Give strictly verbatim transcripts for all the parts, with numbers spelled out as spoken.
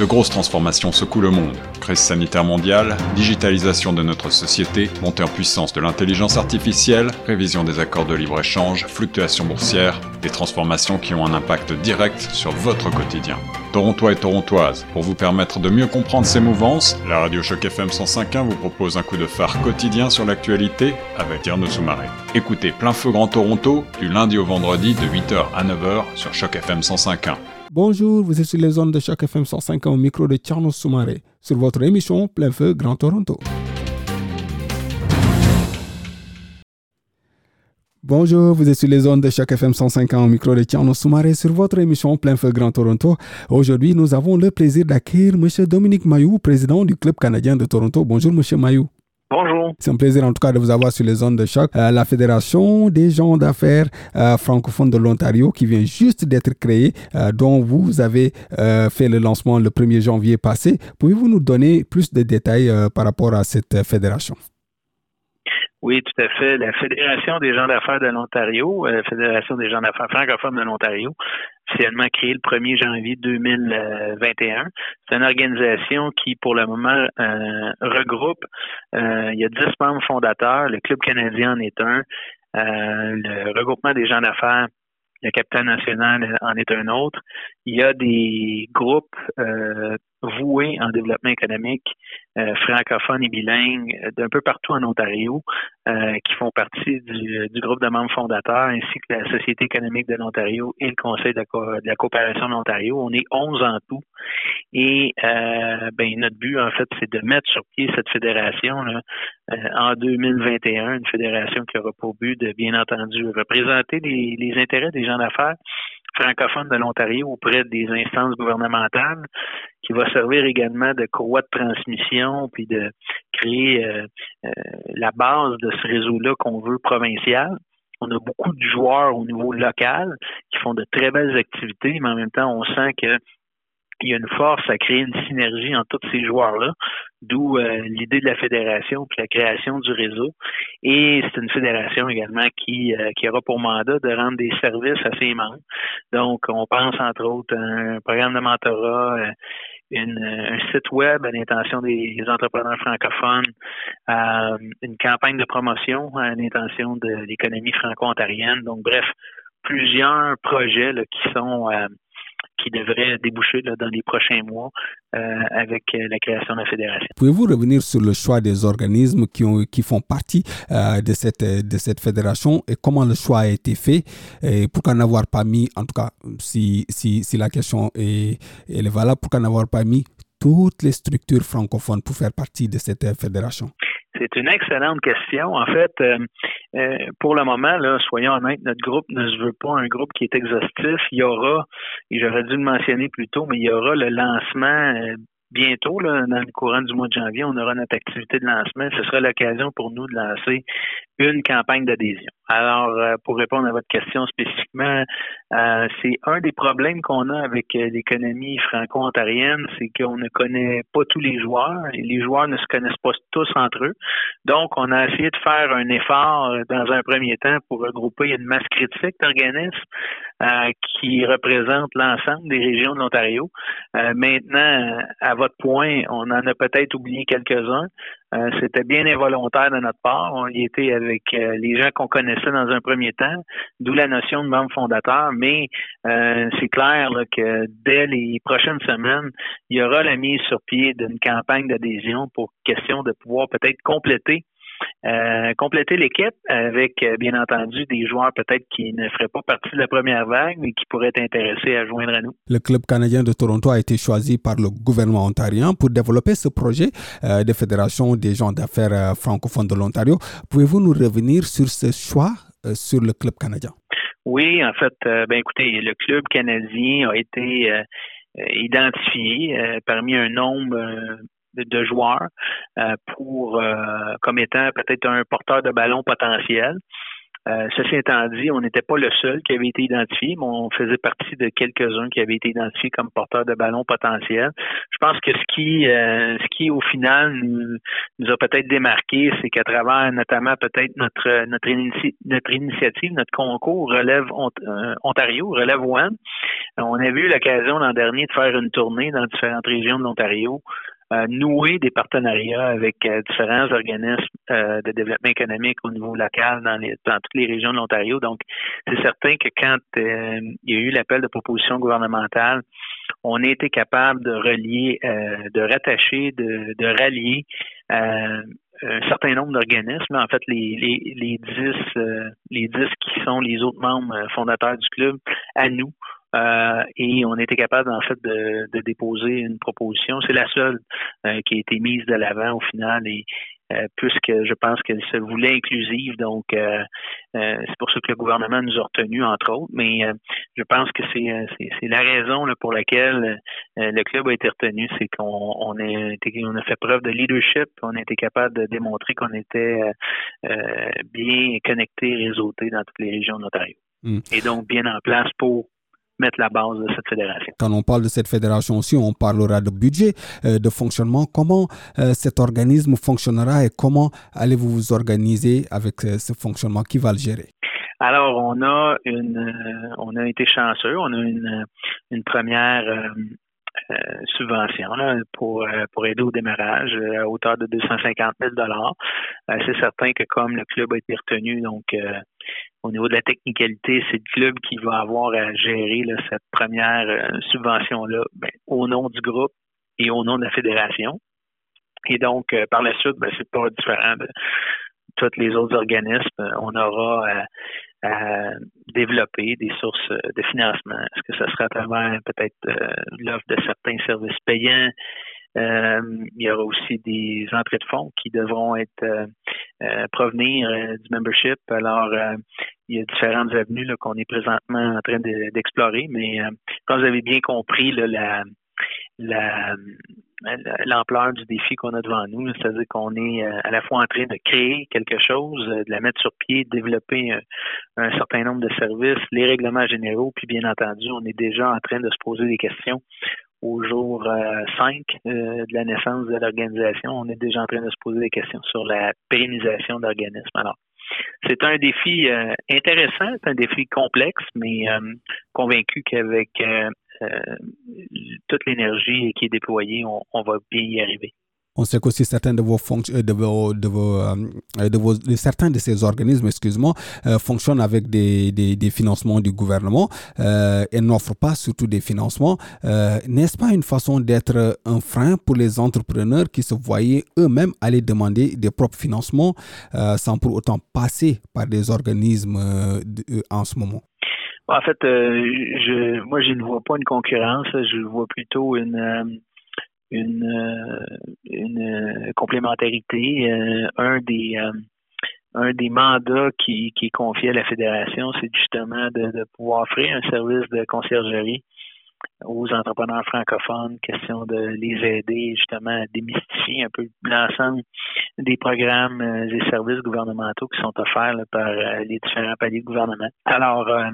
De grosses transformations secouent le monde. Crise sanitaire mondiale, digitalisation de notre société, montée en puissance de l'intelligence artificielle, révision des accords de libre-échange, fluctuations boursières, des transformations qui ont un impact direct sur votre quotidien. Torontois et Torontoises, pour vous permettre de mieux comprendre ces mouvances, la radio Choc F M cent cinq point un vous propose un coup de phare quotidien sur l'actualité avec Tierno Soumaré. Écoutez Plein Feu Grand Toronto du lundi au vendredi de huit heures à neuf heures sur Choc F M cent cinq point un. Bonjour, vous êtes sur les ondes de Choc F M cent cinq point un au micro de Tierno Soumaré sur votre émission Plein Feu Grand Toronto. Bonjour, vous êtes sur les ondes de Choc F M cent cinq point un au micro de Tierno Soumaré sur votre émission Plein Feu Grand Toronto. Aujourd'hui, nous avons le plaisir d'accueillir M. Dominique Mayou, président du Club canadien de Toronto. Bonjour, M. Mayou. Bonjour. C'est un plaisir en tout cas de vous avoir sur les ondes de Choc. Euh, la Fédération des gens d'affaires euh, francophones de l'Ontario qui vient juste d'être créée, euh, dont vous avez euh, fait le lancement le premier janvier passé. Pouvez-vous nous donner plus de détails euh, par rapport à cette euh, fédération? Oui, tout à fait. La Fédération des gens d'affaires de l'Ontario, la Fédération des gens d'affaires francophones de l'Ontario, officiellement créée le premier janvier deux mille vingt et un. C'est une organisation qui, pour le moment, euh, regroupe, euh, il y a dix membres fondateurs, le Club canadien en est un, euh, le regroupement des gens d'affaires, le Capital national en est un autre. Il y a des groupes euh, voués en développement économique, euh, francophones et bilingues, d'un peu partout en Ontario, euh, qui font partie du, du groupe de membres fondateurs, ainsi que la Société économique de l'Ontario et le Conseil de la, co- de la coopération de l'Ontario. On est onze en tout. Et euh, ben, notre but, en fait, c'est de mettre sur pied cette fédération là, euh, en deux mille vingt et un, une fédération qui aura pour but de, bien entendu, représenter les, les intérêts des gens d'affaires francophones de l'Ontario auprès des instances gouvernementales, qui va servir également de courroie de transmission, puis de créer euh, euh, la base de ce réseau-là qu'on veut provincial. On a beaucoup de joueurs au niveau local qui font de très belles activités, mais en même temps, on sent que il y a une force à créer une synergie entre tous ces joueurs-là, d'où euh, l'idée de la fédération puis la création du réseau. Et c'est une fédération également qui, euh, qui aura pour mandat de rendre des services à ses membres. Donc, on pense entre autres à un programme de mentorat, euh, une, un site web à l'intention des entrepreneurs francophones, euh, une campagne de promotion à l'intention de l'économie franco-ontarienne. Donc, bref, plusieurs projets là, qui sont... Euh, qui devrait déboucher là, dans les prochains mois euh, avec euh, la création de la fédération. Pouvez-vous revenir sur le choix des organismes qui, ont, qui font partie euh, de, cette, de cette fédération et comment le choix a été fait et pourquoi n'avoir pas mis, en tout cas, si, si, si la question est, est valable, pourquoi n'avoir pas mis toutes les structures francophones pour faire partie de cette fédération? C'est une excellente question. En fait, euh, euh, pour le moment, là, soyons honnêtes, notre groupe ne se veut pas un groupe qui est exhaustif. Il y aura, et j'aurais dû le mentionner plus tôt, mais il y aura le lancement euh, bientôt, là, dans le courant du mois de janvier, on aura notre activité de lancement. Ce sera l'occasion pour nous de lancer une campagne d'adhésion. Alors, euh, pour répondre à votre question spécifiquement, euh, c'est un des problèmes qu'on a avec euh, l'économie franco-ontarienne, c'est qu'on ne connaît pas tous les joueurs et les joueurs ne se connaissent pas tous entre eux. Donc, on a essayé de faire un effort euh, dans un premier temps pour regrouper une masse critique d'organismes euh, qui représentent l'ensemble des régions de l'Ontario. Euh, maintenant, à votre point, on en a peut-être oublié quelques-uns. Euh, c'était bien involontaire de notre part. On y était avec euh, les gens qu'on connaissait dans un premier temps, d'où la notion de membre fondateur. Mais euh, c'est clair là, que dès les prochaines semaines, il y aura la mise sur pied d'une campagne d'adhésion pour question de pouvoir peut-être compléter Euh, compléter l'équipe avec, euh, bien entendu, des joueurs peut-être qui ne feraient pas partie de la première vague, mais qui pourraient être intéressés à joindre à nous. Le Club canadien de Toronto a été choisi par le gouvernement ontarien pour développer ce projet euh, de fédération des gens d'affaires euh, francophones de l'Ontario. Pouvez-vous nous revenir sur ce choix euh, sur le Club canadien? Oui, en fait, euh, ben écoutez, le Club canadien a été euh, identifié euh, parmi un nombre euh, de, de joueurs euh, pour euh, comme étant peut-être un porteur de ballon potentiel. Euh, ceci étant dit, on n'était pas le seul qui avait été identifié, mais on faisait partie de quelques-uns qui avaient été identifiés comme porteurs de ballons potentiels. Je pense que ce qui, euh, ce qui au final nous, nous a peut-être démarqué, c'est qu'à travers notamment peut-être notre notre, inici- notre initiative, notre concours Relève Ont- euh, Ontario, Relève One, on avait eu l'occasion l'an dernier de faire une tournée dans différentes régions de l'Ontario. Euh, nouer des partenariats avec euh, différents organismes euh, de développement économique au niveau local dans, les, dans toutes les régions de l'Ontario. Donc, c'est certain que quand euh, il y a eu l'appel de proposition gouvernementale, on a été capable de relier, euh, de rattacher, de, de rallier euh, un certain nombre d'organismes, en fait les les les dix euh, les dix qui sont les autres membres fondateurs du club à nous. Euh, et on était capable en fait de, de déposer une proposition. C'est la seule euh, qui a été mise de l'avant au final et euh, puisque je pense qu'elle se voulait inclusive, donc euh, euh, c'est pour ça que le gouvernement nous a retenus entre autres. Mais euh, je pense que c'est, c'est c'est la raison là, pour laquelle euh, le club a été retenu, c'est qu'on on a été, on a fait preuve de leadership, on a été capable de démontrer qu'on était euh, bien connecté, réseauté dans toutes les régions de l'Ontario, mm. et donc bien en place pour mettre la base de cette fédération. Quand on parle de cette fédération aussi, on parlera de budget, euh, de fonctionnement. Comment euh, cet organisme fonctionnera et comment allez-vous vous organiser avec euh, ce fonctionnement? Qui va le gérer? Alors, on a une, euh, on a été chanceux. On a une, une première euh, euh, subvention là, pour euh, pour aider au démarrage à hauteur de deux cent cinquante mille dollars. Euh, c'est certain que comme le club a été retenu, donc euh, au niveau de la technicalité, c'est le club qui va avoir à gérer là, cette première euh, subvention-là ben, au nom du groupe et au nom de la fédération. Et donc, euh, par la suite, ben, c'est pas différent de tous les autres organismes. On aura à, à développer des sources de financement. Est-ce que ça sera à travers peut-être euh, l'offre de certains services payants? Euh, il y aura aussi des entrées de fonds qui devront être euh, euh, provenir euh, du membership. Alors, euh, il y a différentes avenues là, qu'on est présentement en train de, d'explorer, mais euh, comme vous avez bien compris, là, la, la, l'ampleur du défi qu'on a devant nous, c'est-à-dire qu'on est à la fois en train de créer quelque chose, de la mettre sur pied, de développer un, un certain nombre de services, les règlements généraux, puis bien entendu, on est déjà en train de se poser des questions. Au jour euh, cinq euh, de la naissance de l'organisation, on est déjà en train de se poser des questions sur la pérennisation de l'organisme. Alors, c'est un défi euh, intéressant, c'est un défi complexe, mais euh, convaincu qu'avec euh, euh, toute l'énergie qui est déployée, on, on va bien y arriver. On sait qu'aussi certains de vos fonctions, de vos, de vos, de vos, de certains de ces organismes, excuse-moi, euh, fonctionnent avec des, des, des financements du gouvernement euh, et n'offrent pas surtout des financements. Euh, n'est-ce pas une façon d'être un frein pour les entrepreneurs qui se voyaient eux-mêmes aller demander des propres financements euh, sans pour autant passer par des organismes euh, de, euh, en ce moment? En fait, euh, je, moi, je ne vois pas une concurrence, je vois plutôt une euh, une, une complémentarité. Euh, un des euh, un des mandats qui, qui est confié à la fédération, c'est justement de, de pouvoir offrir un service de conciergerie aux entrepreneurs francophones, question de les aider justement à démystifier un peu l'ensemble des programmes et services gouvernementaux qui sont offerts là, par les différents paliers de gouvernement. Alors, euh,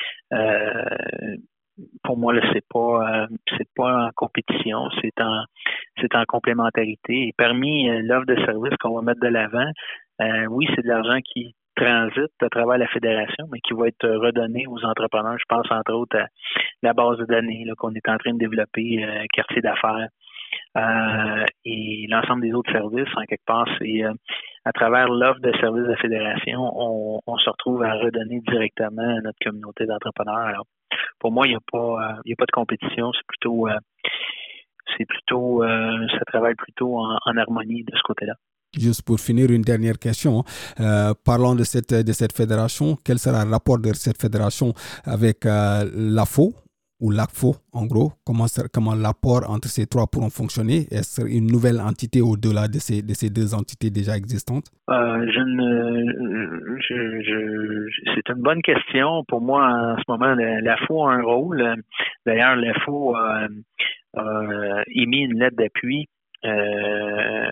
euh, pour moi, là, c'est pas euh, c'est pas en compétition, c'est en c'est en complémentarité. Et parmi euh, l'offre de services qu'on va mettre de l'avant, euh, oui, c'est de l'argent qui transite à travers la fédération, mais qui va être redonné aux entrepreneurs. Je pense entre autres à la base de données là, qu'on est en train de développer, euh, quartier d'affaires euh, et l'ensemble des autres services. En quelque part, c'est euh, à travers l'offre de services de la fédération, on, on se retrouve à redonner directement à notre communauté d'entrepreneurs. Alors, pour moi, il n'y a pas, euh, il y a pas de compétition. C'est plutôt, euh, c'est plutôt, euh, ça travaille plutôt en, en harmonie de ce côté-là. Juste pour finir, une dernière question. Euh, parlons de cette, de cette fédération. Quel sera le rapport de cette fédération avec euh, l'A F O ou l'A C F O, en gros? Comment, comment l'apport entre ces trois pourront fonctionner? Est-ce une nouvelle entité au-delà de ces, de ces deux entités déjà existantes? Euh, je ne, je, je, c'est une bonne question. Pour moi, en ce moment, l'A F O a un rôle. D'ailleurs, l'A F O a, a émis une lettre d'appui Euh,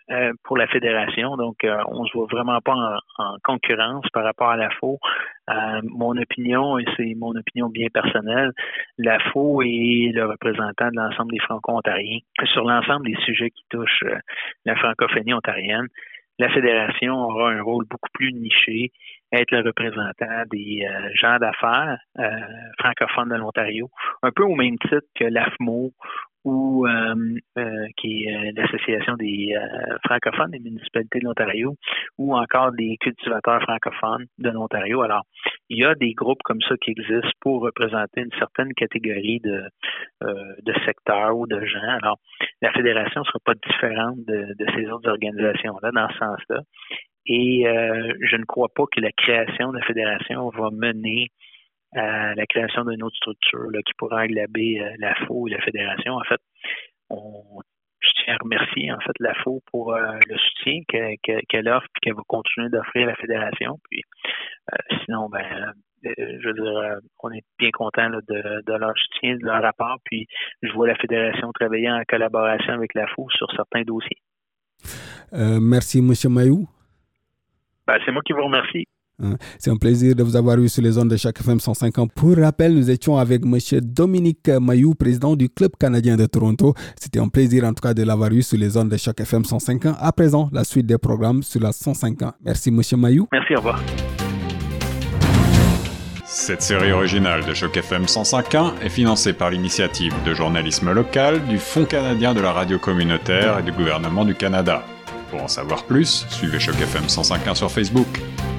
pour la fédération. Donc, euh, on se voit vraiment pas en, en concurrence par rapport à la F O. Euh, mon opinion, et c'est mon opinion bien personnelle, la F O est le représentant de l'ensemble des Franco-Ontariens sur l'ensemble des sujets qui touchent euh, la francophonie ontarienne. La fédération aura un rôle beaucoup plus niché, être le représentant des euh, gens d'affaires euh, francophones de l'Ontario, un peu au même titre que l'A F M O ou euh, euh, qui est euh, l'Association des euh, francophones des municipalités de l'Ontario, ou encore des cultivateurs francophones de l'Ontario. Alors, il y a des groupes comme ça qui existent pour représenter une certaine catégorie de, euh, de secteurs ou de gens. Alors, la fédération ne sera pas différente de, de ces autres organisations-là dans ce sens-là. Et euh, je ne crois pas que la création de la fédération va mener à la création d'une autre structure là, qui pourra englober euh, la F O et la fédération. En fait, on, je tiens à remercier en fait la F O pour euh, le soutien que, que, qu'elle offre et qu'elle va continuer d'offrir à la fédération. Puis, euh, sinon, ben, euh, je veux dire, euh, on est bien content là, de, de leur soutien, de leur rapport. Puis, je vois la fédération travailler en collaboration avec la F O sur certains dossiers. Euh, merci, M. Mayou. Ben, c'est moi qui vous remercie. C'est un plaisir de vous avoir eu sur les ondes de Choc F M cent cinq ans. Pour rappel, nous étions avec M. Dominique Mayou, président du Club canadien de Toronto. C'était un plaisir en tout cas de l'avoir eu sur les ondes de Choc F M cent cinq ans. À présent, la suite des programmes sur la cent cinq ans. Merci M. Mayou. Merci, au revoir. Cette série originale de Choc F M cent cinq ans est financée par l'initiative de journalisme local du Fonds canadien de la radio communautaire et du gouvernement du Canada. Pour en savoir plus, suivez Choc F M cent cinq ans sur Facebook.